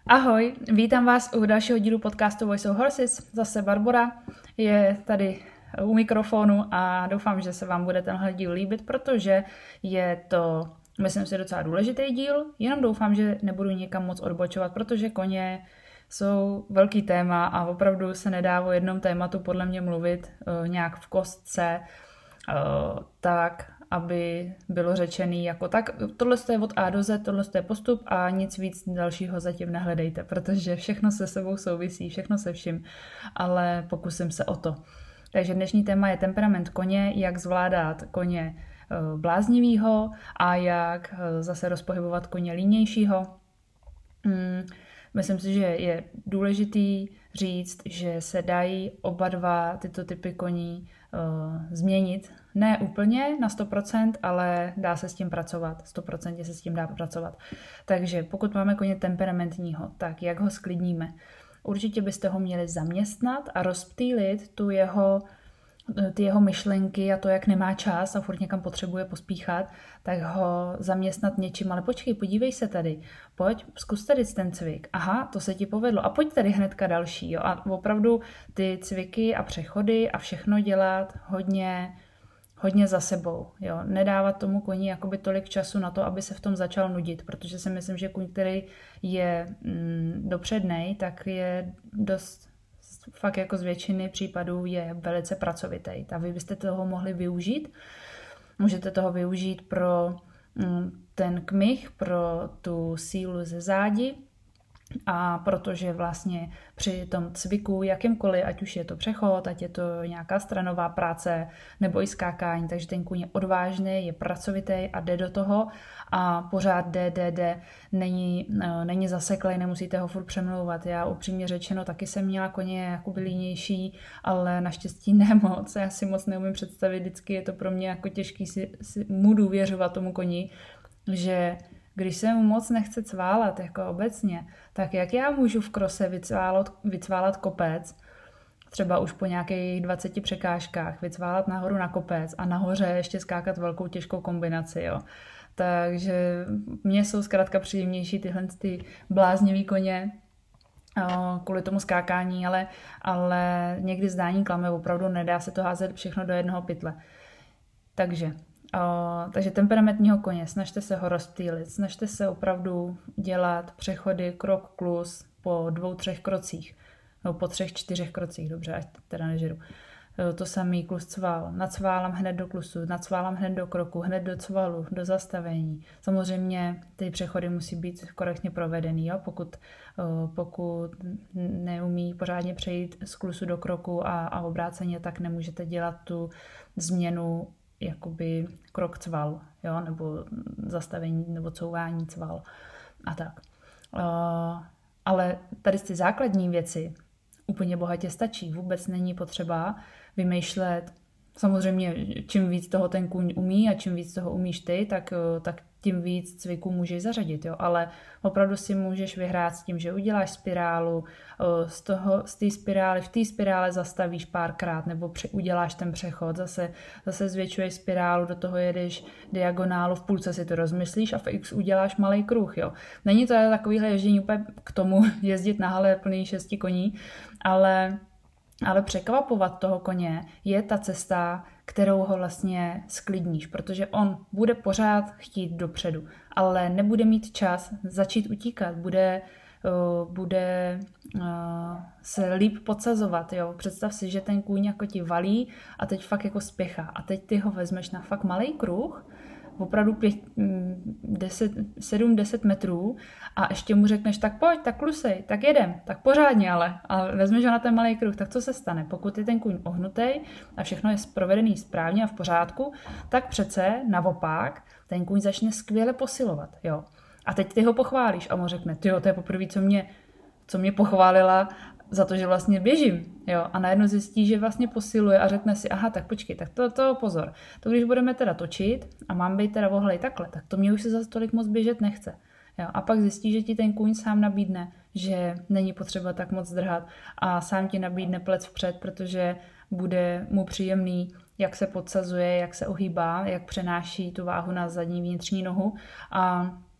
Ahoj, vítám vás u dalšího dílu podcastu Voice of Horses. Zase Barbora je tady u mikrofonu a doufám, že se vám bude tenhle díl líbit, protože je to, myslím si, docela důležitý díl. Jenom doufám, že nebudu někam moc odbočovat, protože koně jsou velký téma a opravdu se nedá o jednom tématu podle mě mluvit nějak v kostce, tak aby bylo řečený jako tak, tohle je od A do Z, tohle je postup a nic víc dalšího zatím nehledejte, protože všechno se sebou souvisí, všechno se vším, ale pokusím se o to. Takže dnešní téma je temperament koně, jak zvládat koně bláznivýho a jak zase rozpohybovat koně línějšího. Myslím si, že je důležitý říct, že se dají oba dva tyto typy koní změnit. Ne úplně na 100%, ale dá se s tím pracovat. 100% se s tím dá pracovat. Takže pokud máme koně temperamentního, tak jak ho sklidníme? Určitě byste ho měli zaměstnat a rozptýlit ty jeho myšlenky a to, jak nemá čas a furt někam potřebuje pospíchat, tak ho zaměstnat něčím. Ale počkej, podívej se tady, pojď, zkus tady ten cvik. Aha, to se ti povedlo. A pojď tady hnedka další. Jo? A opravdu ty cviky a přechody a všechno dělat hodně za sebou. Jo? Nedávat tomu koni jakoby tolik času na to, aby se v tom začal nudit, protože si myslím, že kůň, který je dopřednej, tak je dost fakt jako z většiny případů je velice pracovitý. A vy byste toho mohli využít. Můžete toho využít pro ten kmich, pro tu sílu ze zádi a protože vlastně při tom cviku jakýmkoliv, ať už je to přechod, ať je to nějaká stranová práce nebo i skákání, takže ten kůň je odvážný, je pracovitý a jde do toho a pořád jde, není zaseklej, nemusíte ho furt přemlouvat. Já upřímně řečeno taky jsem měla koně jakoby línější, ale naštěstí ne moc. Já si moc neumím představit, vždycky je to pro mě jako těžký si mu důvěřovat tomu koni, že když se mu moc nechce cválat jako obecně, tak jak já můžu v krose vycválat kopec, třeba už po nějakých 20 překážkách, vycválat nahoru na kopec a nahoře ještě skákat velkou těžkou kombinaci, jo. Takže mně jsou zkrátka příjemnější tyhle ty bláznivý koně kvůli tomu skákání, ale někdy zdání klame, opravdu nedá se to házet všechno do jednoho pytle. Takže temperamentního koně, snažte se ho rozptýlit, snažte se opravdu dělat přechody krok klus po 2-3 krocích, nebo po 3-4 krocích, dobře, ať teda nežeru. To samý klus cval, nacválám hned do klusu, nacválám hned do kroku, hned do cvalu, do zastavení. Samozřejmě ty přechody musí být korektně provedený, jo? Pokud neumí pořádně přejít z klusu do kroku a obráceně, tak nemůžete dělat tu změnu jakoby krok cval, jo? Nebo zastavení, nebo couvání cval a tak. Ale tady ty základní věci úplně bohatě stačí. Vůbec není potřeba vymýšlet. Samozřejmě, čím víc toho ten kůň umí a čím víc toho umíš ty, tak tím víc cviků můžeš zařadit. Jo? Ale opravdu si můžeš vyhrát s tím, že uděláš spirálu, v té spirále zastavíš párkrát nebo uděláš ten přechod, zase zvětšuješ spirálu, do toho jedeš diagonálu, v půlce si to rozmyslíš a v X uděláš malý kruh. Jo? Není to takovýhle ježdění úplně k tomu jezdit na hale plný 6 koní, ale překvapovat toho koně je ta cesta, kterou ho vlastně sklidníš, protože on bude pořád chtít dopředu, ale nebude mít čas začít utíkat, bude se líp podsazovat. Jo? Představ si, že ten kůň jako ti valí a teď fakt jako spěchá a teď ty ho vezmeš na fakt malý kruh, opravdu 7-10 metrů a ještě mu řekneš, tak pojď, tak klusej, tak jedem, tak pořádně ale vezmeš ho na ten malý kruh, tak co se stane? Pokud je ten kůň ohnutej a všechno je provedený správně a v pořádku, tak přece naopak ten kůň začne skvěle posilovat. Jo? A teď ty ho pochválíš a on řekne, tyjo, to je poprvé, co mě pochválila za to, že vlastně běžím, jo, a najednou zjistí, že vlastně posiluje a řekne si, aha, tak počkej, tak to pozor, to když budeme teda točit a mám být teda vohlej takhle, tak to mě už se zase tolik moc běžet nechce, jo, a pak zjistí, že ti ten kůň sám nabídne, že není potřeba tak moc zdrhat a sám ti nabídne plec vpřed, protože bude mu příjemný, jak se podsazuje, jak se ohýbá, jak přenáší tu váhu na zadní vnitřní nohu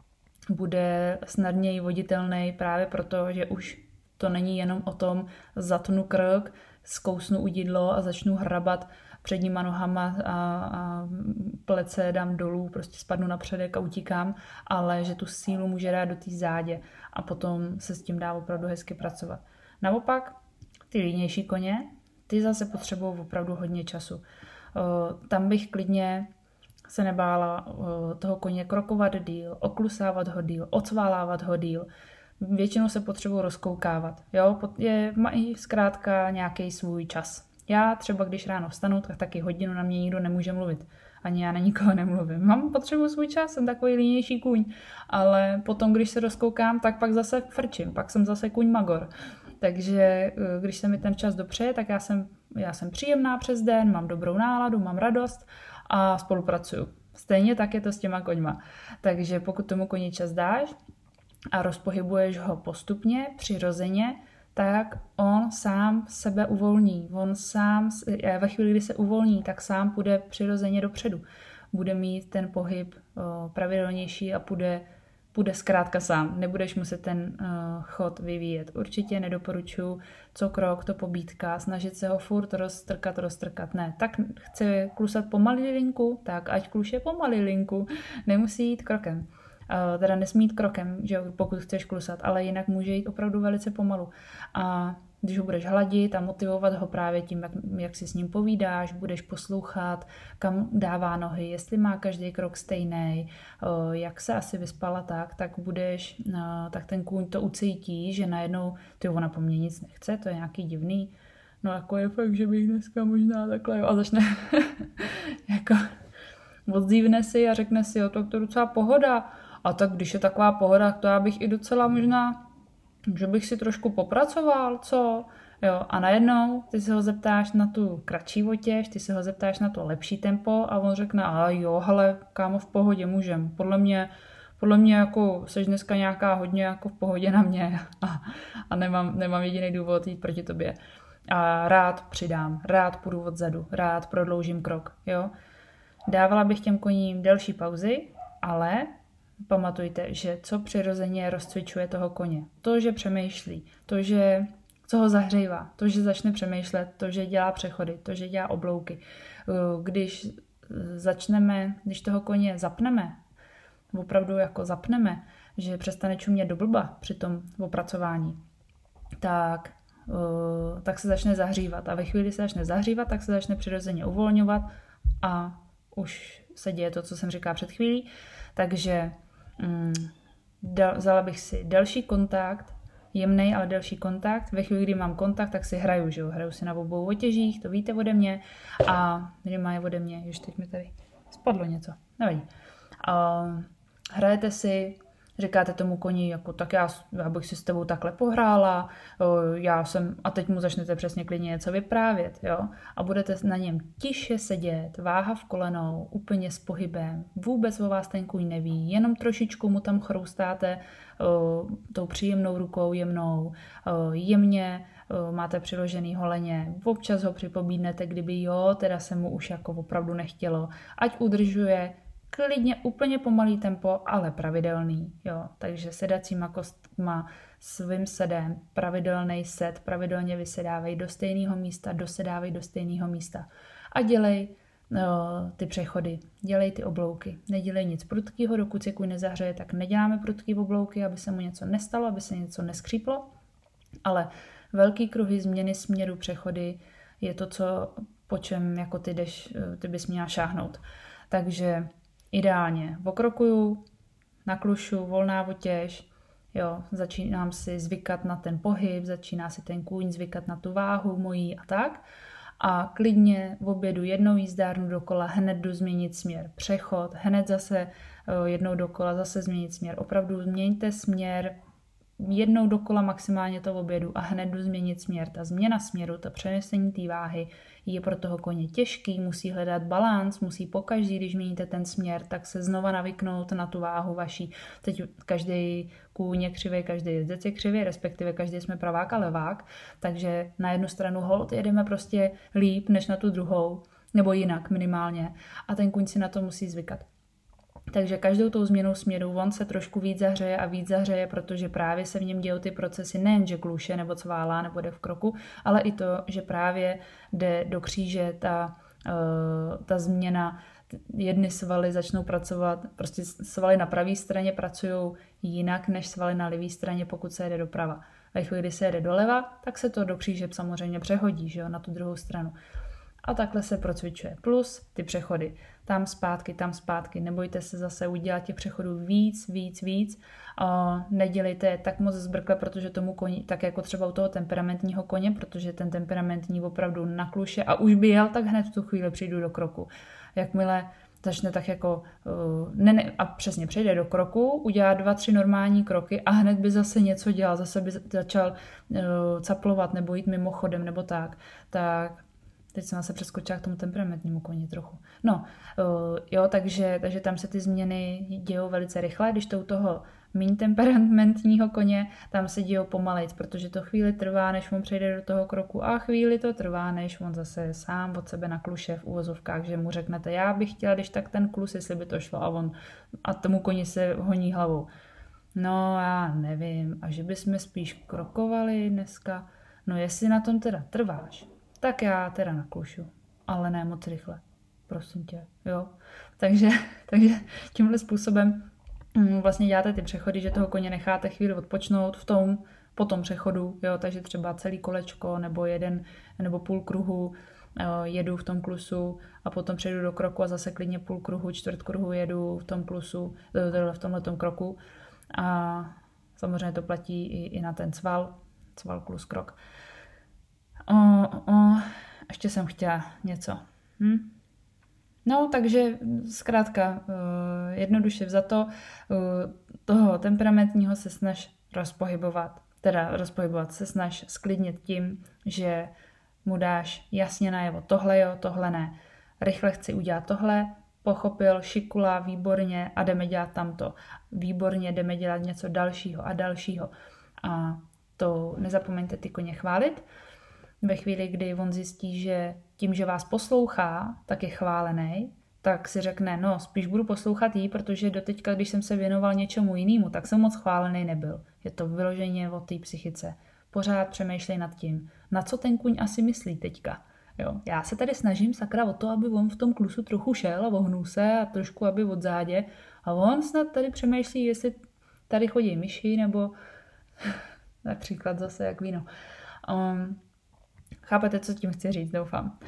bude snadněji voditelný právě proto, že už to není jenom o tom zatnu krk, zkousnu udidlo a začnu hrabat předníma nohama a plece dám dolů, prostě spadnu na předek a utíkám, ale že tu sílu může dát do té zádě a potom se s tím dá opravdu hezky pracovat. Naopak, ty línější koně, ty zase potřebují opravdu hodně času. Tam bych klidně se nebála toho koně krokovat díl, oklusávat ho díl, ocválávat ho díl. Většinou se potřebují rozkoukávat. Jo? Mají zkrátka nějaký svůj čas. Já třeba, když ráno vstanu, tak taky hodinu na mě nikdo nemůže mluvit. Ani já na nikoho nemluvím. Potřebuji svůj čas, jsem takový línější kůň. Ale potom, když se rozkoukám, tak pak zase frčím. Pak jsem zase kůň magor. Takže když se mi ten čas dopřeje, tak já jsem příjemná přes den, mám dobrou náladu, mám radost a spolupracuju. Stejně tak je to s těma koňma. Takže pokud tomu koni čas dáš a rozpohybuješ ho postupně, přirozeně, tak on sám sebe uvolní. Ve chvíli, kdy se uvolní, tak sám půjde přirozeně dopředu. Bude mít ten pohyb pravidelnější a půjde zkrátka sám. Nebudeš muset ten chod vyvíjet. Určitě nedoporučuji co krok, to pobídka, snažit se ho furt roztrkat. Ne, tak chce klusat pomalilinku, tak ať kluše pomalilinku. Nemusí jít krokem. Teda nesmí jít krokem, že pokud chceš klusat, ale jinak může jít opravdu velice pomalu. A když ho budeš hladit a motivovat ho právě tím, jak si s ním povídáš, budeš poslouchat, kam dává nohy, jestli má každý krok stejný, jak se asi vyspala tak ten kůň to ucítí, že najednou ona po mně nic nechce, to je nějaký divný. No jako je fakt, že bych dneska možná takhle, a začne jako odzívne si a řekne si, to je docela pohoda. A tak když je taková pohoda, to já bych i docela možná, že bych si trošku popracoval, co? Jo, a najednou ty se ho zeptáš na tu kratší otěž, ty se ho zeptáš na to lepší tempo a on řekne, hele, kámo, v pohodě, můžem. Podle mě jako seš dneska nějaká hodně jako v pohodě na mě a nemám jediný důvod jít proti tobě. A rád přidám, rád půjdu odzadu, rád prodloužím krok, jo. Dávala bych těm koním delší pauzy, ale pamatujte, že co přirozeně rozcvičuje toho koně. To, že přemýšlí, co ho zahřívá, to, že začne přemýšlet, to, že dělá přechody, to, že dělá oblouky. Když toho koně zapneme, opravdu jako zapneme, že přestane čumět do blba při tom opracování, tak se začne zahřívat. A ve chvíli, kdy se začne zahřívat, tak se začne přirozeně uvolňovat a už se děje to, co jsem říkala před chvílí. Takže vzala bych si další kontakt, jemnej, ale delší kontakt. Ve chvíli, kdy mám kontakt, tak si hraju, že jo? Hraju si na obou otěžích, to víte ode mě. A kdy má je ode mě, už teď mi tady spadlo něco, nevadí. Hrajete si, říkáte tomu koni, jako tak já bych si s tebou takhle pohrála, a teď mu začnete přesně klidně něco vyprávět, jo? A budete na něm tiše sedět, váha v kolenou, úplně s pohybem, vůbec o vás ten kůň neví, jenom trošičku mu tam chroustáte tou příjemnou rukou jemnou, jemně máte přiložený holeně, občas ho připomínete, kdyby teda se mu už jako opravdu nechtělo, ať udržuje klidně úplně pomalý tempo, ale pravidelný. Jo. Takže sedacíma kostkama, svým sedem, pravidelný set, pravidelně vysedávej do stejného místa, dosedávej do stejného místa. A dělej ty přechody, dělej ty oblouky. Nedělej nic prudkýho, dokud se kůň nezahřeje, tak neděláme prudký oblouky, aby se mu něco nestalo, aby se něco neskříplo. Ale velký kruhy, změny směru, přechody je to, po čem jako ty bys měla šáhnout. Takže ideálně okrokuju, naklušu, volná otěž, jo, začínám si zvykat na ten pohyb, začíná si ten kůň zvykat na tu váhu mojí a tak. A klidně v obědu jednou jízdárnu dokola, hned jdu změnit směr, přechod, hned zase jednou dokola, zase změnit směr. Opravdu změňte směr jednou dokola maximálně to v obědu a hned jdu změnit směr. Ta změna směru, to přenesení té váhy je pro toho koně těžký, musí hledat balans, musí pokaždý, když měníte ten směr, tak se znova navyknout na tu váhu vaší. Teď každý kůň je křivý, každý jezdec je křivý, respektive každý jsme pravák a levák, takže na jednu stranu holt jedeme prostě líp než na tu druhou, nebo jinak minimálně a ten kůň si na to musí zvykat. Takže každou tou změnou směru on se trošku víc zahřeje, protože právě se v něm dějou ty procesy nejen, že kluše nebo cválá nebo jde v kroku, ale i to, že právě jde do kříže ta změna. Jedny svaly začnou pracovat, prostě svaly na pravé straně pracují jinak než svaly na levé straně, pokud se jede doprava. Ve chvíli, kdy se jede doleva, tak se to do kříže samozřejmě přehodí, že jo, na tu druhou stranu. A takhle se procvičuje. Plus ty přechody. Tam zpátky. Nebojte se zase udělat těch přechodů víc. Nedělejte je tak moc zbrkle, protože tomu koni, tak jako třeba u toho temperamentního koně, protože ten temperamentní opravdu nakluše a už by jel, tak hned v tu chvíli přijdu do kroku. Jakmile začne tak jako, a přesně přejde do kroku, udělá 2-3 normální kroky a hned by zase něco dělal, zase by začal caplovat nebo jít mimochodem nebo tak teď jsem se přeskočila k tomu temperamentnímu koni trochu. Takže tam se ty změny dějou velice rychle, když to u toho méně temperamentního koně, tam se dějou pomalejc, protože to chvíli trvá, než on přejde do toho kroku a chvíli to trvá, než on zase sám od sebe nakluše v uvozovkách, že mu řeknete, já bych chtěla, když tak ten klus, jestli by to šlo a tomu koni se honí hlavou. No já nevím, a že bychom spíš krokovali dneska, no jestli na tom teda trváš, tak já teda naklušu, ale ne moc rychle, prosím tě, jo. Takže tímhle způsobem vlastně děláte ty přechody, že toho koně necháte chvíli odpočnout po tom přechodu, jo, takže třeba celý kolečko nebo půl kruhu jedu v tom klusu a potom přejdu do kroku a zase klidně půl kruhu, čtvrt kruhu jedu v tom klusu, v tomhletom kroku a samozřejmě to platí i na ten cval klus krok. Ještě jsem chtěla něco. No, takže zkrátka, jednoduše vzato, toho temperamentního se snaž rozpohybovat se snaž sklidnit tím, že mu dáš jasně najevo tohle jo, tohle ne. Rychle chci udělat tohle, pochopil, šikula, výborně a jdeme dělat tamto. Výborně, jdeme dělat něco dalšího a dalšího. A to nezapomeňte ty koně chválit. Ve chvíli, kdy on zjistí, že tím, že vás poslouchá, tak je chválený, tak si řekne, no spíš budu poslouchat jí, protože doteďka, když jsem se věnoval něčemu jinému, tak jsem moc chválený nebyl. Je to vyloženě o té psychice. Pořád přemýšlej nad tím, na co ten kuň asi myslí teďka. Jo, já se tady snažím sakra o to, aby on v tom klusu trochu šel a ohnul se a trošku, aby od zádě. A on snad tady přemýšlí, jestli tady chodí myši, nebo například zase jak víno. Chápete, co tím chci říct, doufám.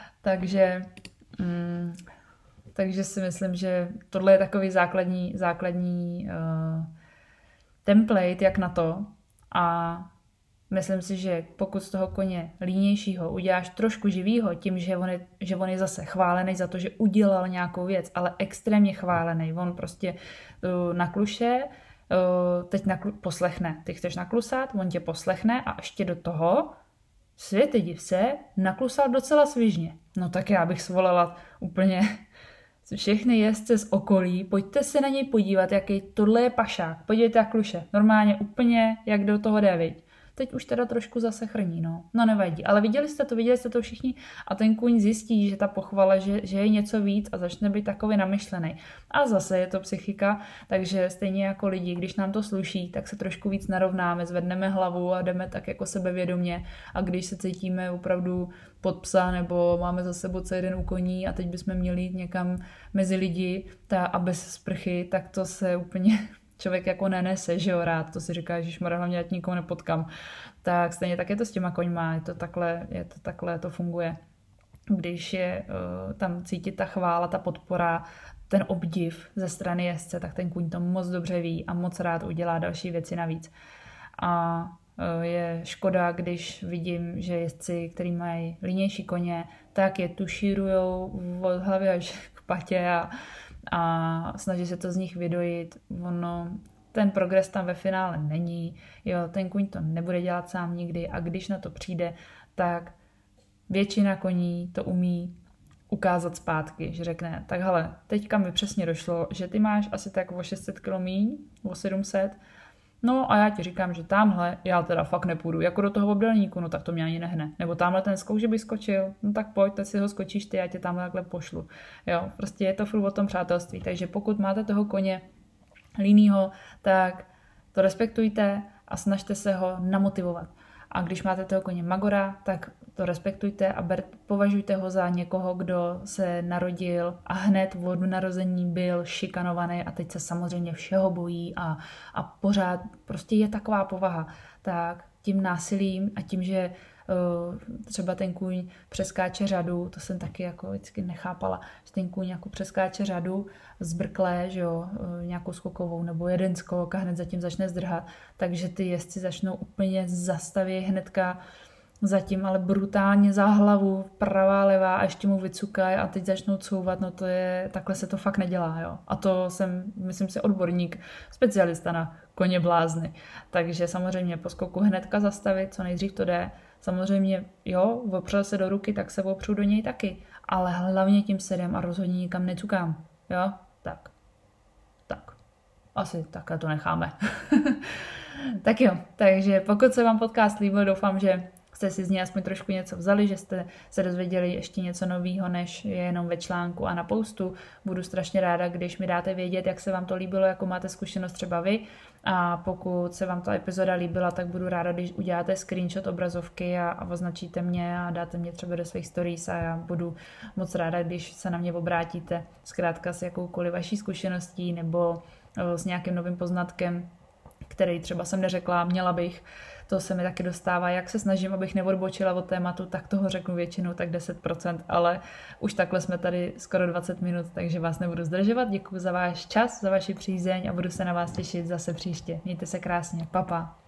Takže si myslím, že tohle je takový základní template, jak na to. A myslím si, že pokud z toho koně línějšího uděláš trošku živýho, tím, že on je zase chválený za to, že udělal nějakou věc, ale extrémně chválený. On prostě nakluše, teď poslechne. Ty chceš naklusat, on tě poslechne a ještě do toho světe div se, naklusal docela svižně. No tak já bych svolala úplně všechny jezdce z okolí, pojďte se na něj podívat, jaký tohle je pašák. Podívejte, jak kluše. Normálně úplně, jak do toho jde, viď. Teď už teda trošku zase chrní, no nevadí. Ale viděli jste to všichni a ten kůň zjistí, že ta pochvala, že je něco víc a začne být takový namyšlený. A zase je to psychika, takže stejně jako lidi, když nám to sluší, tak se trošku víc narovnáme, zvedneme hlavu a jdeme tak jako sebevědomě. A když se cítíme opravdu pod psa nebo máme za sebou celý den u koní a teď bychom měli jít někam mezi lidi a bez sprchy, tak to se úplně člověk jako nenese, že jo, rád, to si říká, ježišmarja, hlavně ať nikoho nepotkám. Tak stejně tak je to s těma koňma, je to takhle, to funguje. Když je tam cítit ta chvála, ta podpora, ten obdiv ze strany jezdce, tak ten kůň to moc dobře ví a moc rád udělá další věci navíc. A je škoda, když vidím, že jezdci, kteří mají línější koně, tak je tušírujou od hlavy až k patě a snaží se to z nich vydojit. Ten progres tam ve finále není, jo, ten kůň to nebude dělat sám nikdy a když na to přijde, tak většina koní to umí ukázat zpátky, že řekne, tak hele, teďka mi přesně došlo, že ty máš asi tak o 600 kg míň, o 700, No a já ti říkám, že tamhle já teda fakt nepůjdu, jako do toho obdelníku, no tak to mě ani nehne. Nebo tamhle ten skok, že by skočil, no tak pojď, teď si ho skočíš ty, já tě tamhle takhle pošlu. Jo, prostě je to furt o tom přátelství, takže pokud máte toho koně línýho, tak to respektujte a snažte se ho namotivovat. A když máte toho koně magora, tak to respektujte a považujte ho za někoho, kdo se narodil a hned od narození byl šikanovaný a teď se samozřejmě všeho bojí a pořád prostě je taková povaha. Tak tím násilím a tím, že třeba ten kůň přeskáče řadu, to jsem taky jako vždycky nechápala, že ten kůň jako přeskáče řadu zbrklé, že jo, nějakou skokovou nebo jeden skok a hned zatím začne zdrhat, takže ty jezdci začnou úplně zastavit hnedka zatím, ale brutálně za hlavu, pravá, levá a ještě mu vycukají a teď začnou couvat, no to je, takhle se to fakt nedělá, jo. A to jsem, myslím si, odborník, specialista na koně blázny. Takže samozřejmě po skoku hnedka zastavit, co nejdřív to jde. Samozřejmě, jo, opřel se do ruky, tak se opřu do něj taky, ale hlavně tím sedem a rozhodně nikam necukám, jo, tak. Asi takhle to necháme. Tak jo, takže pokud se vám podcast líbil, doufám, že jste si z něj aspoň trošku něco vzali, že jste se dozvěděli ještě něco nového, než je jenom ve článku a na postu. Budu strašně ráda, když mi dáte vědět, jak se vám to líbilo, jakou máte zkušenost třeba vy. A pokud se vám ta epizoda líbila, tak budu ráda, když uděláte screenshot obrazovky a označíte mě a dáte mě třeba do svých stories a já budu moc ráda, když se na mě obrátíte zkrátka s jakoukoliv vaší zkušeností nebo s nějakým novým poznatkem, který třeba jsem neřekla, měla bych. To se mi taky dostává, jak se snažím, abych neodbočila od tématu, tak toho řeknu většinou tak 10%, ale už takhle jsme tady skoro 20 minut, takže vás nebudu zdržovat. Děkuji za váš čas, za vaši přízeň a budu se na vás těšit zase příště. Mějte se krásně. Pa, pa.